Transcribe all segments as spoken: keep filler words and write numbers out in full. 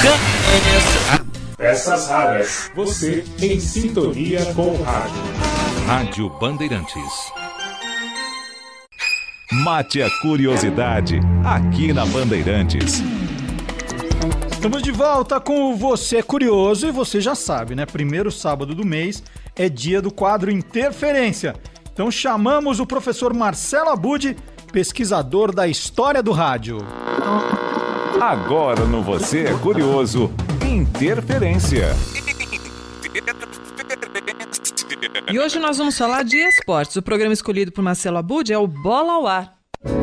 Peças raras. Você em sintonia com o rádio. Rádio Bandeirantes. Mate a curiosidade aqui na Bandeirantes. Estamos de volta com o Você é Curioso e você já sabe, né? Primeiro sábado do mês é dia do quadro Interferência. Então chamamos o professor Marcelo Abud, pesquisador da história do rádio. Agora no Você é Curioso, Interferência. E hoje nós vamos falar de esportes. O programa escolhido por Marcelo Abud é o Bola ao Ar.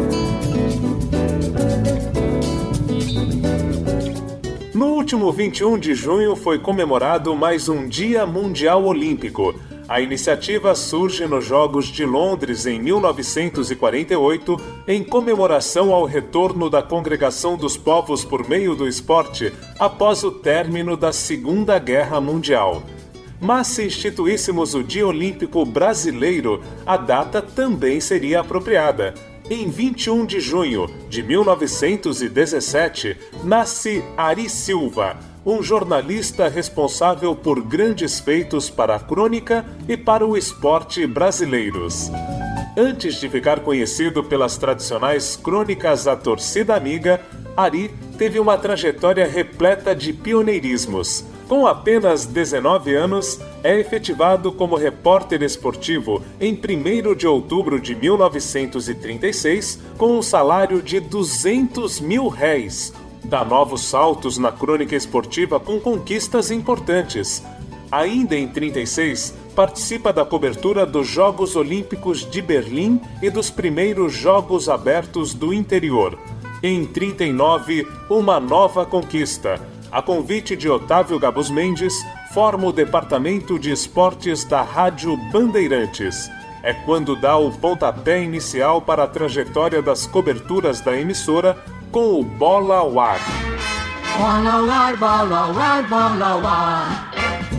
No último vinte e um de junho foi comemorado mais um Dia Mundial Olímpico. A iniciativa surge nos Jogos de Londres em mil novecentos e quarenta e oito, em comemoração ao retorno da Congregação dos Povos por meio do esporte após o término da Segunda Guerra Mundial. Mas se instituíssemos o Dia Olímpico Brasileiro, a data também seria apropriada. Em vinte e um de junho de mil novecentos e dezessete, nasce Ari Silva, um jornalista responsável por grandes feitos para a crônica e para o esporte brasileiros. Antes de ficar conhecido pelas tradicionais crônicas da torcida amiga, Ari teve uma trajetória repleta de pioneirismos. Com apenas dezenove anos, é efetivado como repórter esportivo em primeiro de outubro de mil novecentos e trinta e seis, com um salário de duzentos mil réis. Dá novos saltos na crônica esportiva com conquistas importantes. Ainda em trinta e seis, participa da cobertura dos Jogos Olímpicos de Berlim e dos primeiros Jogos Abertos do Interior. Em trinta e nove, uma nova conquista. A convite de Otávio Gabus Mendes, forma o Departamento de Esportes da Rádio Bandeirantes. É quando dá o pontapé inicial para a trajetória das coberturas da emissora com o Bola ao Ar. Bola ao ar, bola ao ar, bola ao ar.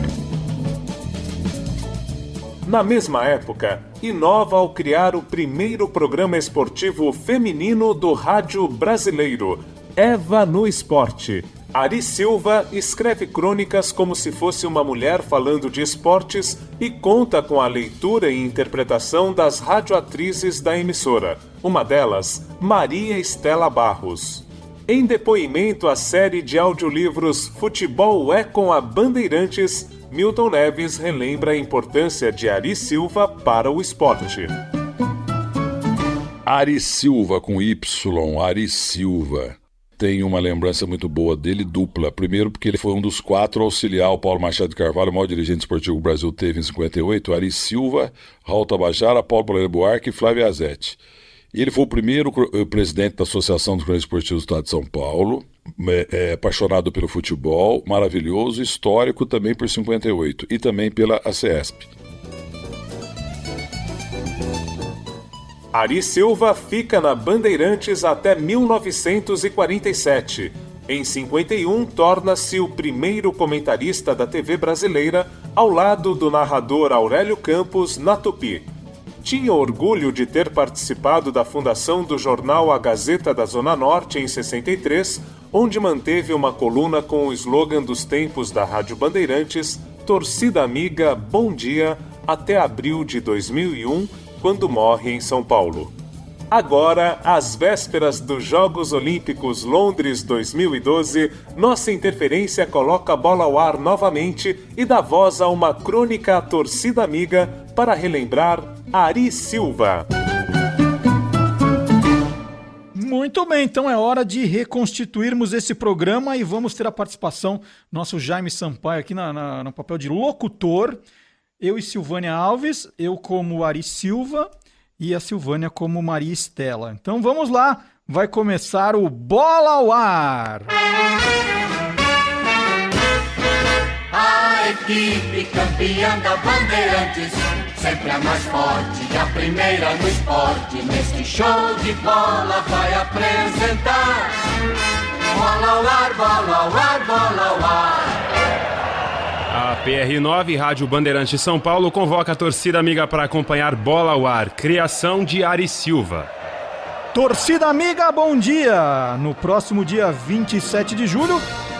Na mesma época, inova ao criar o primeiro programa esportivo feminino do rádio brasileiro, Eva no Esporte. Ari Silva escreve crônicas como se fosse uma mulher falando de esportes e conta com a leitura e interpretação das radioatrizes da emissora. Uma delas, Maria Estela Barros. Em depoimento à série de audiolivros Futebol é com a Bandeirantes, Milton Neves relembra a importância de Ari Silva para o esporte. Ari Silva com Y, Ari Silva. Tenho uma lembrança muito boa dele, dupla. Primeiro porque ele foi um dos quatro auxiliar o Paulo Machado de Carvalho, o maior dirigente esportivo que o Brasil teve em cinquenta e oito, Ari Silva, Raul Tabajara, Paulo Moreira Buarque e Flávio Azetti. E ele foi o primeiro presidente da Associação dos Cronistas Esportivos do Estado de São Paulo, é, é, apaixonado pelo futebol, maravilhoso, histórico também por cinquenta e oito e também pela A C E S P. Ari Silva fica na Bandeirantes até mil novecentos e quarenta e sete. Em cinquenta e um, torna-se o primeiro comentarista da T V brasileira, ao lado do narrador Aurélio Campos, na Tupi. Tinha orgulho de ter participado da fundação do jornal A Gazeta da Zona Norte em sessenta e três, onde manteve uma coluna com o slogan dos tempos da Rádio Bandeirantes, Torcida Amiga, Bom Dia, até abril de dois mil e um, quando morre em São Paulo. Agora, às vésperas dos Jogos Olímpicos Londres dois mil e doze, nossa interferência coloca a bola ao ar novamente e dá voz a uma crônica à torcida amiga para relembrar Ari Silva. Muito bem, então é hora de reconstituirmos esse programa e vamos ter a participação do nosso Jaime Sampaio aqui na, na, no papel de locutor. Eu e Silvânia Alves, eu como Ari Silva e a Silvânia como Maria Estela. Então vamos lá, vai começar o Bola ao Ar. A equipe campeã da Bandeirantes, sempre a mais forte, a primeira no esporte, neste show de bola vai apresentar. Bola ao ar, bola ao ar, bola ao ar. A P R nove, Rádio Bandeirantes São Paulo, convoca a torcida amiga para acompanhar Bola ao Ar, criação de Ari Silva. Torcida amiga, bom dia! No próximo dia vinte e sete de julho,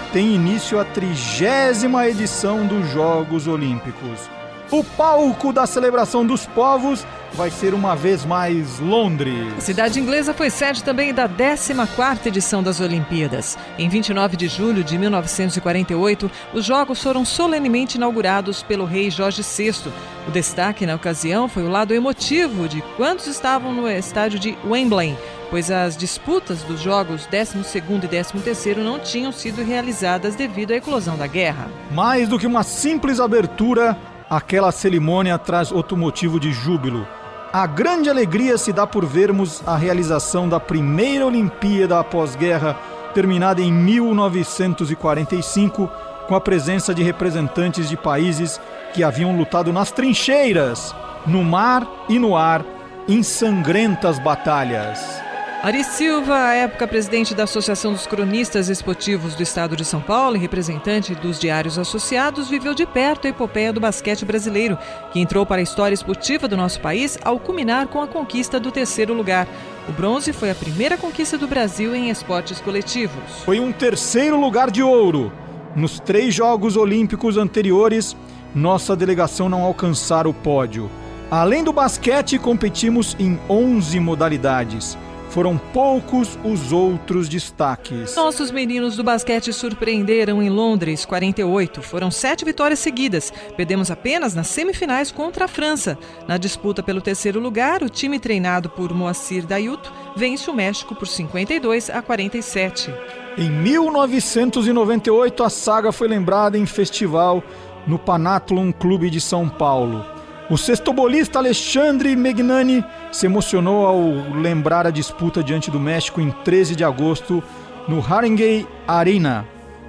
tem início a trigésima edição dos Jogos Olímpicos. O palco da celebração dos povos vai ser uma vez mais Londres. A cidade inglesa foi sede também da décima quarta edição das Olimpíadas. Em vinte e nove de julho de mil novecentos e quarenta e oito, os Jogos foram solenemente inaugurados pelo rei Jorge sexto. O destaque na ocasião foi o lado emotivo de quantos estavam no estádio de Wembley, pois as disputas dos Jogos décimo segundo e décimo terceiro não tinham sido realizadas devido à eclosão da guerra. Mais do que uma simples abertura, aquela cerimônia traz outro motivo de júbilo. A grande alegria se dá por vermos a realização da primeira Olimpíada após guerra, terminada em mil novecentos e quarenta e cinco, com a presença de representantes de países que haviam lutado nas trincheiras, no mar e no ar, em sangrentas batalhas. Ari Silva, à época presidente da Associação dos Cronistas Esportivos do Estado de São Paulo e representante dos Diários Associados, viveu de perto a epopeia do basquete brasileiro, que entrou para a história esportiva do nosso país ao culminar com a conquista do terceiro lugar. O bronze foi a primeira conquista do Brasil em esportes coletivos. Foi um terceiro lugar de ouro. Nos três Jogos Olímpicos anteriores, nossa delegação não alcançara o pódio. Além do basquete, competimos em onze modalidades. Foram poucos os outros destaques. Nossos meninos do basquete surpreenderam em Londres, quarenta e oito. Foram sete vitórias seguidas. Perdemos apenas nas semifinais contra a França. Na disputa pelo terceiro lugar, o time treinado por Moacir Dayuto vence o México por cinquenta e dois a quarenta e sete. Em mil novecentos e noventa e oito, a saga foi lembrada em festival no Panathlon Clube de São Paulo. O sextobolista Alexandre Magnani se emocionou ao lembrar a disputa diante do México em treze de agosto no Haringey Arena.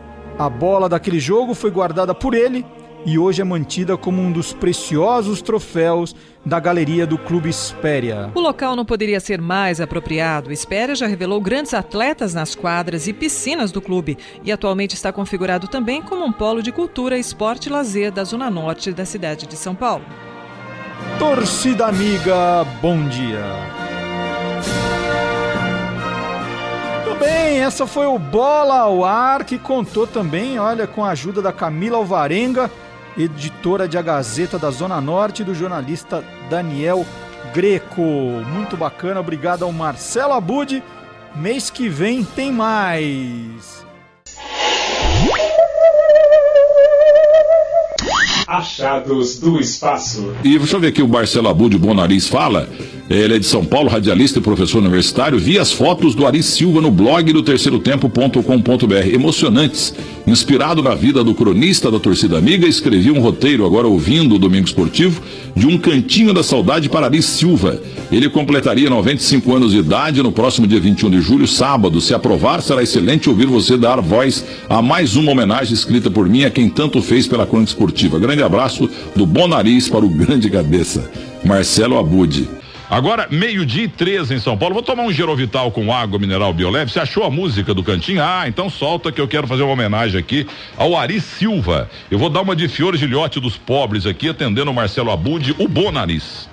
A bola daquele jogo foi guardada por ele e hoje é mantida como um dos preciosos troféus da galeria do Clube Espéria. O local não poderia ser mais apropriado. O Espéria já revelou grandes atletas nas quadras e piscinas do clube e atualmente está configurado também como um polo de cultura, esporte e lazer da zona norte da cidade de São Paulo. Torcida amiga, bom dia. Muito bem, essa foi o Bola ao Ar, que contou também, olha, com a ajuda da Camila Alvarenga, editora de A Gazeta da Zona Norte, e do jornalista Daniel Greco. Muito bacana, obrigado ao Marcelo Abud. Mês que vem tem mais. Achados do Espaço. E deixa eu ver aqui o Marcelo Abud, o Bom Nariz, fala. Ele é de São Paulo, radialista e professor universitário. Vi as fotos do Ari Silva no blog do terceiro tempo ponto com ponto b r. Emocionantes. Inspirado na vida do cronista da Torcida Amiga, escrevi um roteiro, agora ouvindo o Domingo Esportivo, de um cantinho da saudade para Ari Silva. Ele completaria noventa e cinco anos de idade no próximo dia vinte e um de julho, sábado. Se aprovar, será excelente ouvir você dar voz a mais uma homenagem escrita por mim a quem tanto fez pela crônica esportiva. Grande abraço do Bom Nariz para o grande cabeça, Marcelo Abud. Agora, meio-dia e treze em São Paulo. Vou tomar um Gerovital com água mineral Bioleve. Você achou a música do cantinho? Ah, então solta que eu quero fazer uma homenagem aqui ao Ari Silva. Eu vou dar uma de Fiore Gilhote dos pobres aqui, atendendo o Marcelo Abud, o Bom Nariz.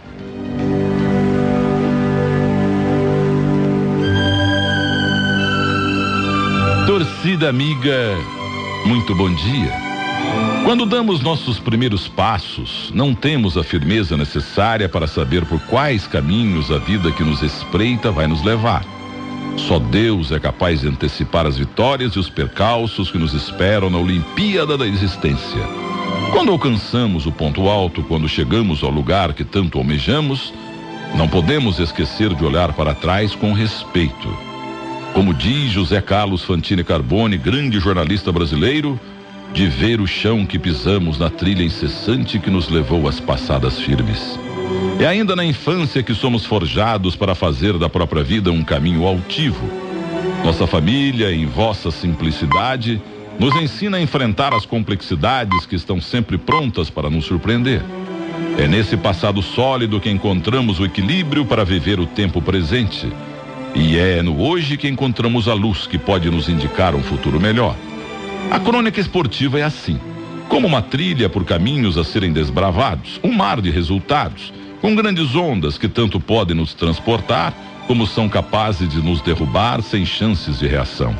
Torcida amiga, muito bom dia. Quando damos nossos primeiros passos, não temos a firmeza necessária para saber por quais caminhos a vida que nos espreita vai nos levar. Só Deus é capaz de antecipar as vitórias e os percalços que nos esperam na Olimpíada da existência. Quando alcançamos o ponto alto, quando chegamos ao lugar que tanto almejamos, não podemos esquecer de olhar para trás com respeito. Como diz José Carlos Fantini Carbone, grande jornalista brasileiro, de ver o chão que pisamos na trilha incessante que nos levou às passadas firmes. É ainda na infância que somos forjados para fazer da própria vida um caminho altivo. Nossa família, em vossa simplicidade, nos ensina a enfrentar as complexidades que estão sempre prontas para nos surpreender. É nesse passado sólido que encontramos o equilíbrio para viver o tempo presente. E é no hoje que encontramos a luz que pode nos indicar um futuro melhor. A crônica esportiva é assim, como uma trilha por caminhos a serem desbravados, um mar de resultados, com grandes ondas que tanto podem nos transportar, como são capazes de nos derrubar sem chances de reação.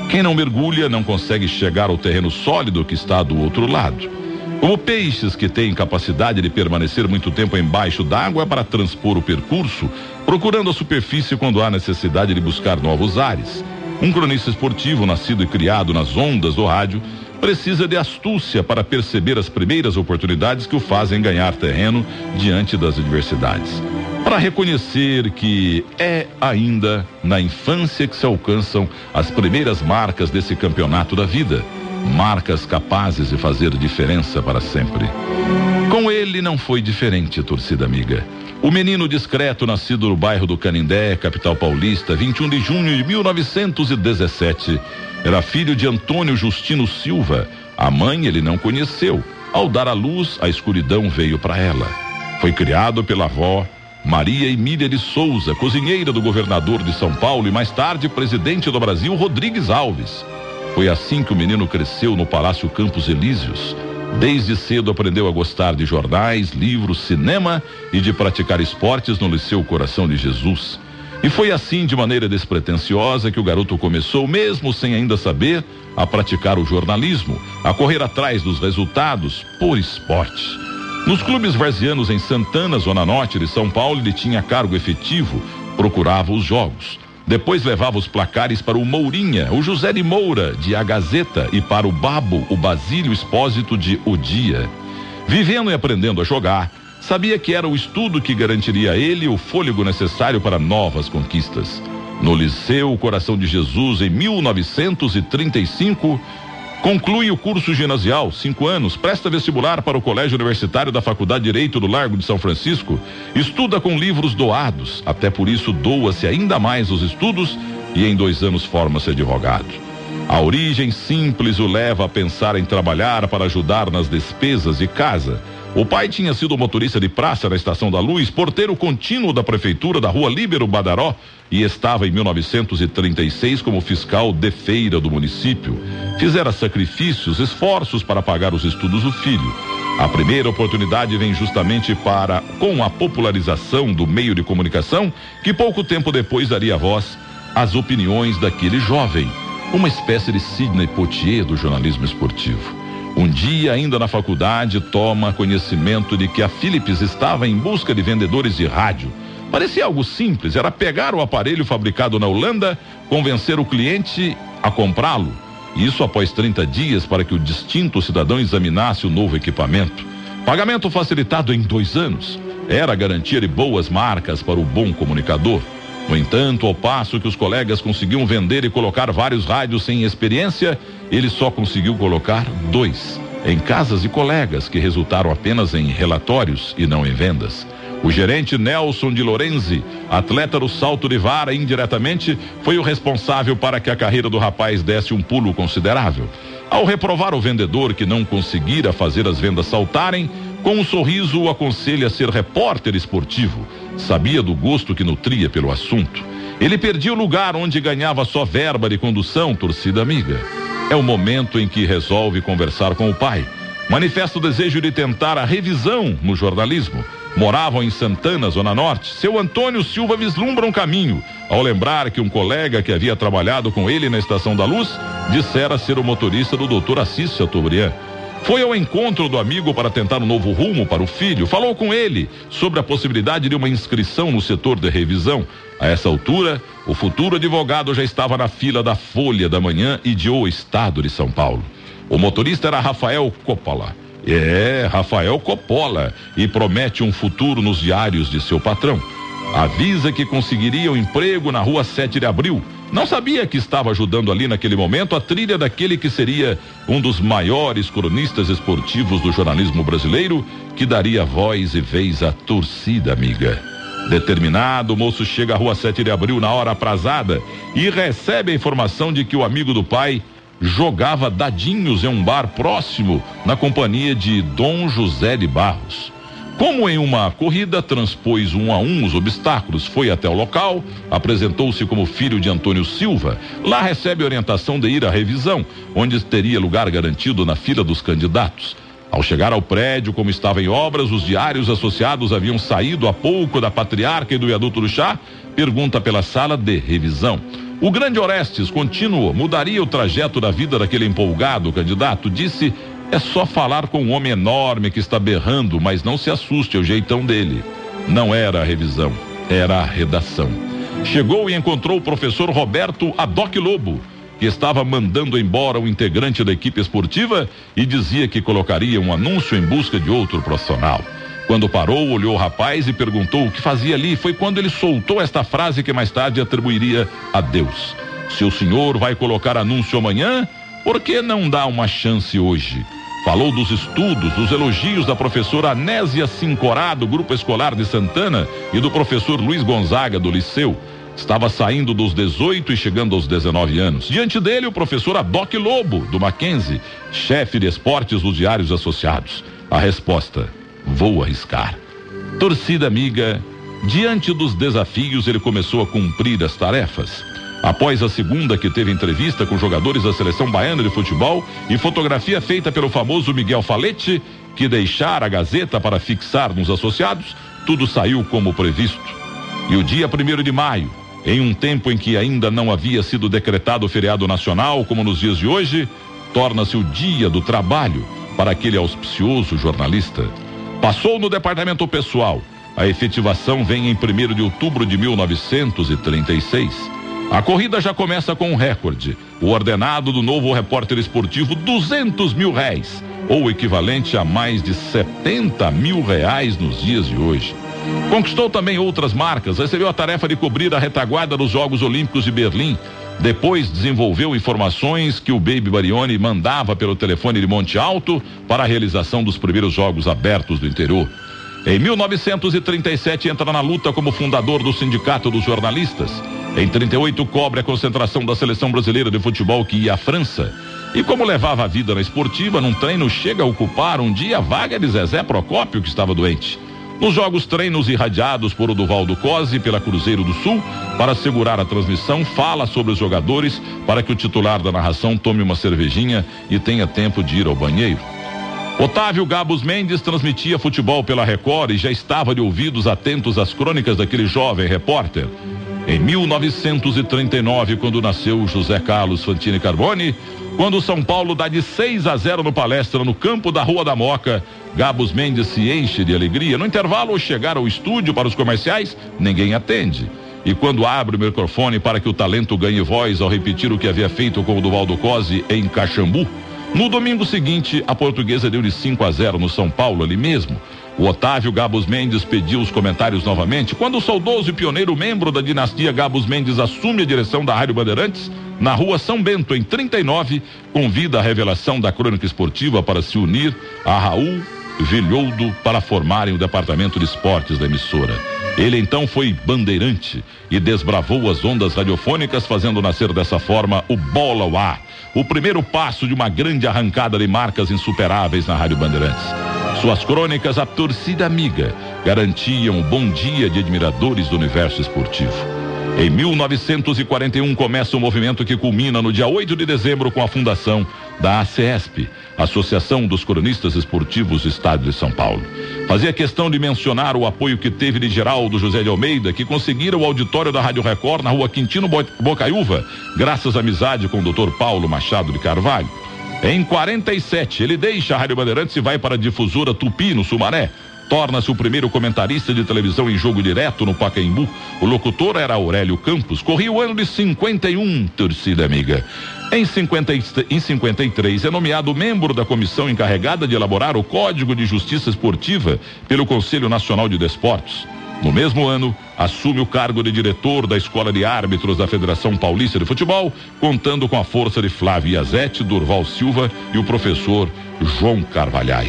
Quem não mergulha não consegue chegar ao terreno sólido que está do outro lado. Como peixes que têm capacidade de permanecer muito tempo embaixo d'água para transpor o percurso, procurando a superfície quando há necessidade de buscar novos ares. Um cronista esportivo, nascido e criado nas ondas do rádio, precisa de astúcia para perceber as primeiras oportunidades que o fazem ganhar terreno diante das adversidades. Para reconhecer que é ainda na infância que se alcançam as primeiras marcas desse campeonato da vida. Marcas capazes de fazer diferença para sempre. Com ele não foi diferente, torcida amiga. O menino discreto, nascido no bairro do Canindé, capital paulista, vinte e um de junho de mil novecentos e dezessete, era filho de Antônio Justino Silva. A mãe ele não conheceu. Ao dar à luz, a escuridão veio para ela. Foi criado pela avó Maria Emília de Souza, cozinheira do governador de São Paulo e mais tarde presidente do Brasil, Rodrigues Alves. Foi assim que o menino cresceu no Palácio Campos Elíseos. Desde cedo aprendeu a gostar de jornais, livros, cinema e de praticar esportes no Liceu Coração de Jesus. E foi assim, de maneira despretensiosa, que o garoto começou, mesmo sem ainda saber, a praticar o jornalismo, a correr atrás dos resultados por esporte. Nos clubes varzianos em Santana, zona norte de São Paulo, ele tinha cargo efetivo, procurava os jogos. Depois levava os placares para o Mourinha, o José de Moura, de A Gazeta, e para o Babo, o Basílio Expósito, de O Dia. Vivendo e aprendendo a jogar, sabia que era o estudo que garantiria a ele o fôlego necessário para novas conquistas. No Liceu Coração de Jesus, em mil novecentos e trinta e cinco, conclui o curso ginasial, cinco anos, presta vestibular para o Colégio Universitário da Faculdade de Direito do Largo de São Francisco, estuda com livros doados, até por isso doa-se ainda mais os estudos e em dois anos forma-se advogado. A origem simples o leva a pensar em trabalhar para ajudar nas despesas de casa. O pai tinha sido motorista de praça na Estação da Luz, porteiro contínuo da prefeitura da Rua Líbero Badaró e estava em mil novecentos e trinta e seis como fiscal de feira do município. Fizera sacrifícios, esforços para pagar os estudos do filho. A primeira oportunidade vem justamente para, com a popularização do meio de comunicação, que pouco tempo depois daria voz às opiniões daquele jovem, uma espécie de Sidney Poitier do jornalismo esportivo. Um dia, ainda na faculdade, toma conhecimento de que a Philips estava em busca de vendedores de rádio. Parecia algo simples, era pegar o aparelho fabricado na Holanda, convencer o cliente a comprá-lo. Isso após trinta dias para que o distinto cidadão examinasse o novo equipamento. Pagamento facilitado em dois anos. Era a garantia de boas marcas para o bom comunicador. No entanto, ao passo que os colegas conseguiam vender e colocar vários rádios sem experiência, ele só conseguiu colocar dois, em casas de colegas, que resultaram apenas em relatórios e não em vendas. O gerente Nelson de Lorenzi, atleta do salto de vara, indiretamente, foi o responsável para que a carreira do rapaz desse um pulo considerável. Ao reprovar o vendedor que não conseguira fazer as vendas saltarem, com um sorriso o aconselha a ser repórter esportivo. Sabia do gosto que nutria pelo assunto. Ele perdia o lugar onde ganhava só verba de condução, torcida amiga. É o momento em que resolve conversar com o pai. Manifesta o desejo de tentar a revisão no jornalismo. Moravam em Santana, zona norte. Seu Antônio Silva vislumbra um caminho, ao lembrar que um colega que havia trabalhado com ele na Estação da Luz dissera ser o motorista do doutor Assis Chateaubriand. Foi ao encontro do amigo para tentar um novo rumo para o filho. Falou com ele sobre a possibilidade de uma inscrição no setor de revisão. A essa altura, o futuro advogado já estava na fila da Folha da Manhã e de O Estado de São Paulo. O motorista era Rafael Coppola. É, Rafael Coppola, e promete um futuro nos diários de seu patrão. Avisa que conseguiria um emprego na Rua sete de Abril. Não sabia que estava ajudando ali naquele momento a trilha daquele que seria um dos maiores cronistas esportivos do jornalismo brasileiro, que daria voz e vez à torcida amiga. Determinado, o moço chega à Rua sete de Abril na hora aprazada e recebe a informação de que o amigo do pai jogava dadinhos em um bar próximo na companhia de Dom José de Barros. Como em uma corrida, transpôs um a um os obstáculos, foi até o local, apresentou-se como filho de Antônio Silva. Lá recebe orientação de ir à revisão, onde teria lugar garantido na fila dos candidatos. Ao chegar ao prédio, como estava em obras, os diários associados haviam saído há pouco da Patriarca e do Viaduto do Chá, pergunta pela sala de revisão. O grande Orestes Contínuo mudaria o trajeto da vida daquele empolgado candidato. Disse: é só falar com um homem enorme que está berrando, mas não se assuste, é o jeitão dele. Não era a revisão, era a redação. Chegou e encontrou o professor Roberto Adoc Lobo, que estava mandando embora um integrante da equipe esportiva e dizia que colocaria um anúncio em busca de outro profissional. Quando parou, olhou o rapaz e perguntou o que fazia ali. Foi quando ele soltou esta frase que mais tarde atribuiria a Deus: se o senhor vai colocar anúncio amanhã, por que não dá uma chance hoje? Falou dos estudos, dos elogios da professora Anésia Sincorá, do Grupo Escolar de Santana, e do professor Luiz Gonzaga, do Liceu. Estava saindo dos dezoito e chegando aos dezenove anos. Diante dele, o professor Adoc Lobo, do Mackenzie, chefe de esportes dos Diários Associados. A resposta: vou arriscar. Torcida amiga, diante dos desafios, ele começou a cumprir as tarefas. Após a segunda, que teve entrevista com jogadores da seleção baiana de futebol e fotografia feita pelo famoso Miguel Falete, que deixara a Gazeta para fixar nos associados, tudo saiu como previsto. E o dia primeiro de maio, em um tempo em que ainda não havia sido decretado o feriado nacional, como nos dias de hoje, torna-se o dia do trabalho para aquele auspicioso jornalista. Passou no departamento pessoal. A efetivação vem em primeiro de outubro de mil novecentos e trinta e seis. A corrida já começa com um recorde. O ordenado do novo repórter esportivo, duzentos mil réis, ou equivalente a mais de setenta mil reais nos dias de hoje. Conquistou também outras marcas. Recebeu a tarefa de cobrir a retaguarda dos Jogos Olímpicos de Berlim. Depois desenvolveu informações que o Baby Barioni mandava pelo telefone de Monte Alto para a realização dos primeiros Jogos Abertos do interior. Em mil novecentos e trinta e sete entra na luta como fundador do Sindicato dos Jornalistas. Em trinta e oito cobre a concentração da seleção brasileira de futebol que ia à França. E como levava a vida na esportiva, num treino chega a ocupar um dia a vaga de Zezé Procópio, que estava doente. Nos jogos, treinos irradiados por Oduvaldo Cosi pela Cruzeiro do Sul, para segurar a transmissão, fala sobre os jogadores para que o titular da narração tome uma cervejinha e tenha tempo de ir ao banheiro. Otávio Gabus Mendes transmitia futebol pela Record e já estava de ouvidos atentos às crônicas daquele jovem repórter. Em mil novecentos e trinta e nove, quando nasceu José Carlos Fantini Carboni, quando o São Paulo dá de seis a zero no Palestra, no campo da Rua da Moca, Gabus Mendes se enche de alegria. No intervalo, ao chegar ao estúdio para os comerciais, ninguém atende. E quando abre o microfone para que o talento ganhe voz ao repetir o que havia feito com o Oduvaldo Cosi em Caxambu, no domingo seguinte, a Portuguesa deu de cinco a zero no São Paulo, ali mesmo. O Otávio Gabus Mendes pediu os comentários novamente. Quando o saudoso e pioneiro membro da dinastia Gabus Mendes assume a direção da Rádio Bandeirantes, na Rua São Bento, em trinta e nove, convida a revelação da crônica esportiva para se unir a Raul Vilholdo para formarem o departamento de esportes da emissora. Ele então foi bandeirante e desbravou as ondas radiofônicas, fazendo nascer dessa forma o Bola ao Ar, o primeiro passo de uma grande arrancada de marcas insuperáveis na Rádio Bandeirantes. Suas crônicas, a torcida amiga, garantiam o bom dia de admiradores do universo esportivo. Em mil novecentos e quarenta e um começa um movimento que culmina no dia oito de dezembro com a fundação da A C E S P, Associação dos Cronistas Esportivos do Estado de São Paulo. Fazia questão de mencionar o apoio que teve de Geraldo José de Almeida, que conseguira o auditório da Rádio Record na Rua Quintino Bocaiúva, graças à amizade com o doutor Paulo Machado de Carvalho. Em quarenta e sete, ele deixa a Rádio Bandeirantes e vai para a difusora Tupi, no Sumaré. Torna-se o primeiro comentarista de televisão em jogo direto no Pacaembu. O locutor era Aurélio Campos. Corria o ano de cinquenta e um, torcida amiga. Em, cinquenta, em cinquenta e três, é nomeado membro da comissão encarregada de elaborar o Código de Justiça Esportiva pelo Conselho Nacional de Desportos. No mesmo ano, assume o cargo de diretor da Escola de Árbitros da Federação Paulista de Futebol, contando com a força de Flávio Iazete, Durval Silva e o professor João Carvalhais.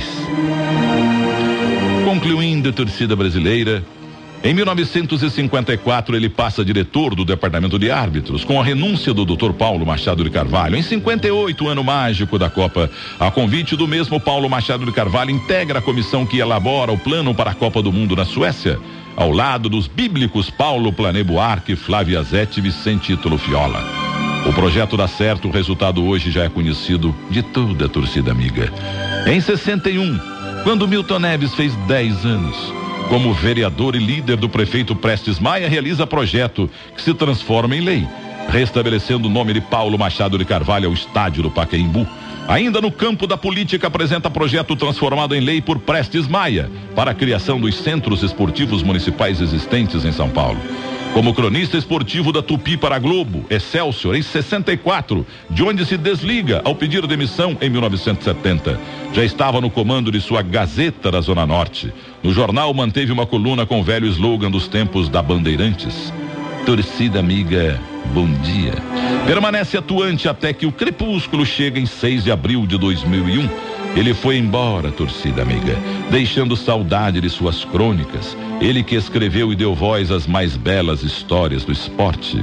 Concluindo a torcida brasileira, em mil novecentos e cinquenta e quatro ele passa a diretor do Departamento de Árbitros, com a renúncia do doutor Paulo Machado de Carvalho. Em cinquenta e oito, ano mágico da Copa, a convite do mesmo Paulo Machado de Carvalho, integra a comissão que elabora o plano para a Copa do Mundo na Suécia, ao lado dos bíblicos Paulo Plané Buarque, Flávio Azete e Vicente Ítalo Fiola. O projeto dá certo, o resultado hoje já é conhecido de toda a torcida amiga. Em sessenta e um, quando Milton Neves fez dez anos, como vereador e líder do prefeito Prestes Maia, realiza projeto que se transforma em lei. restabelecendo o nome de Paulo Machado de Carvalho ao estádio do Pacaembu. Ainda no campo da política, apresenta projeto transformado em lei por Prestes Maia para a criação dos centros esportivos municipais existentes em São Paulo. Como cronista esportivo da Tupi para a Globo, Excelsior, em sessenta e quatro, de onde se desliga ao pedir demissão em mil novecentos e setenta. Já estava no comando de sua Gazeta da Zona Norte. No jornal manteve uma coluna com o velho slogan dos tempos da Bandeirantes: torcida amiga, bom dia. Permanece atuante até que o crepúsculo chega em seis de abril de dois mil e um. Ele foi embora, torcida amiga, deixando saudade de suas crônicas. Ele que escreveu e deu voz às mais belas histórias do esporte.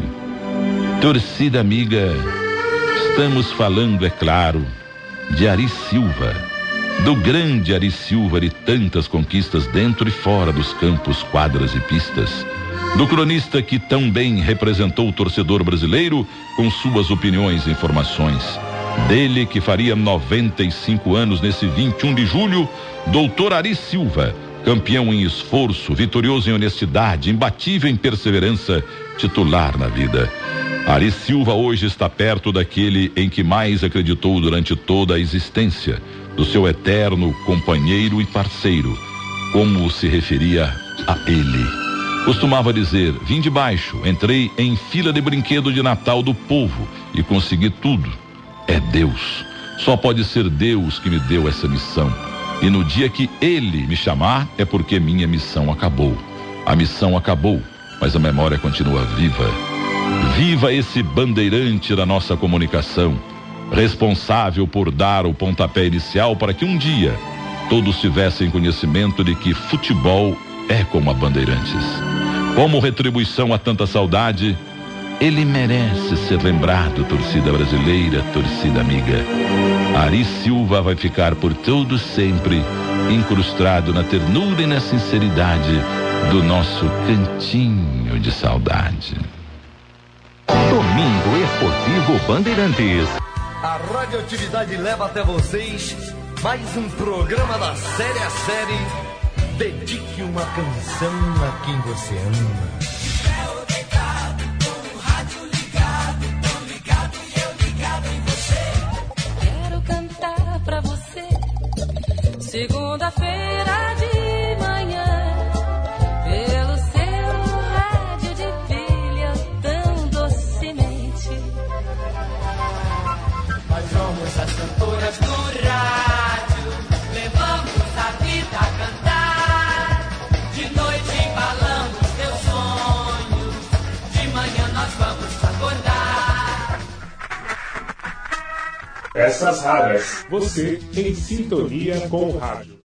Torcida amiga, estamos falando, é claro, de Ari Silva, do grande Ari Silva de tantas conquistas dentro e fora dos campos, quadras e pistas. Do cronista que tão bem representou o torcedor brasileiro com suas opiniões e informações. Dele que faria noventa e cinco anos nesse vinte e um de julho, doutor Ari Silva, campeão em esforço, vitorioso em honestidade, imbatível em perseverança, titular na vida. Ari Silva hoje está perto daquele em que mais acreditou durante toda a existência, do seu eterno companheiro e parceiro, como se referia a ele. Costumava dizer: vim de baixo, entrei em fila de brinquedo de Natal do povo e consegui tudo. É Deus. Só pode ser Deus que me deu essa missão. E no dia que Ele me chamar, é porque minha missão acabou. A missão acabou, mas a memória continua viva. Viva esse bandeirante da nossa comunicação, responsável por dar o pontapé inicial para que um dia todos tivessem conhecimento de que futebol é como a Bandeirantes. Como retribuição a tanta saudade, ele merece ser lembrado, torcida brasileira, torcida amiga. Ari Silva vai ficar por todo sempre incrustado na ternura e na sinceridade do nosso cantinho de saudade. Domingo Esportivo Bandeirantes. A radioatividade leva até vocês mais um programa da série a série. Dedique uma canção a quem você ama. Segunda-feira de manhã, pelo seu rádio de pilha tão docemente. Nós somos as cantoras do rádio, levamos a vida a cantar. De noite embalamos teus sonhos, de manhã nós vamos acordar. Essas rádios, você em sintonia com o rádio.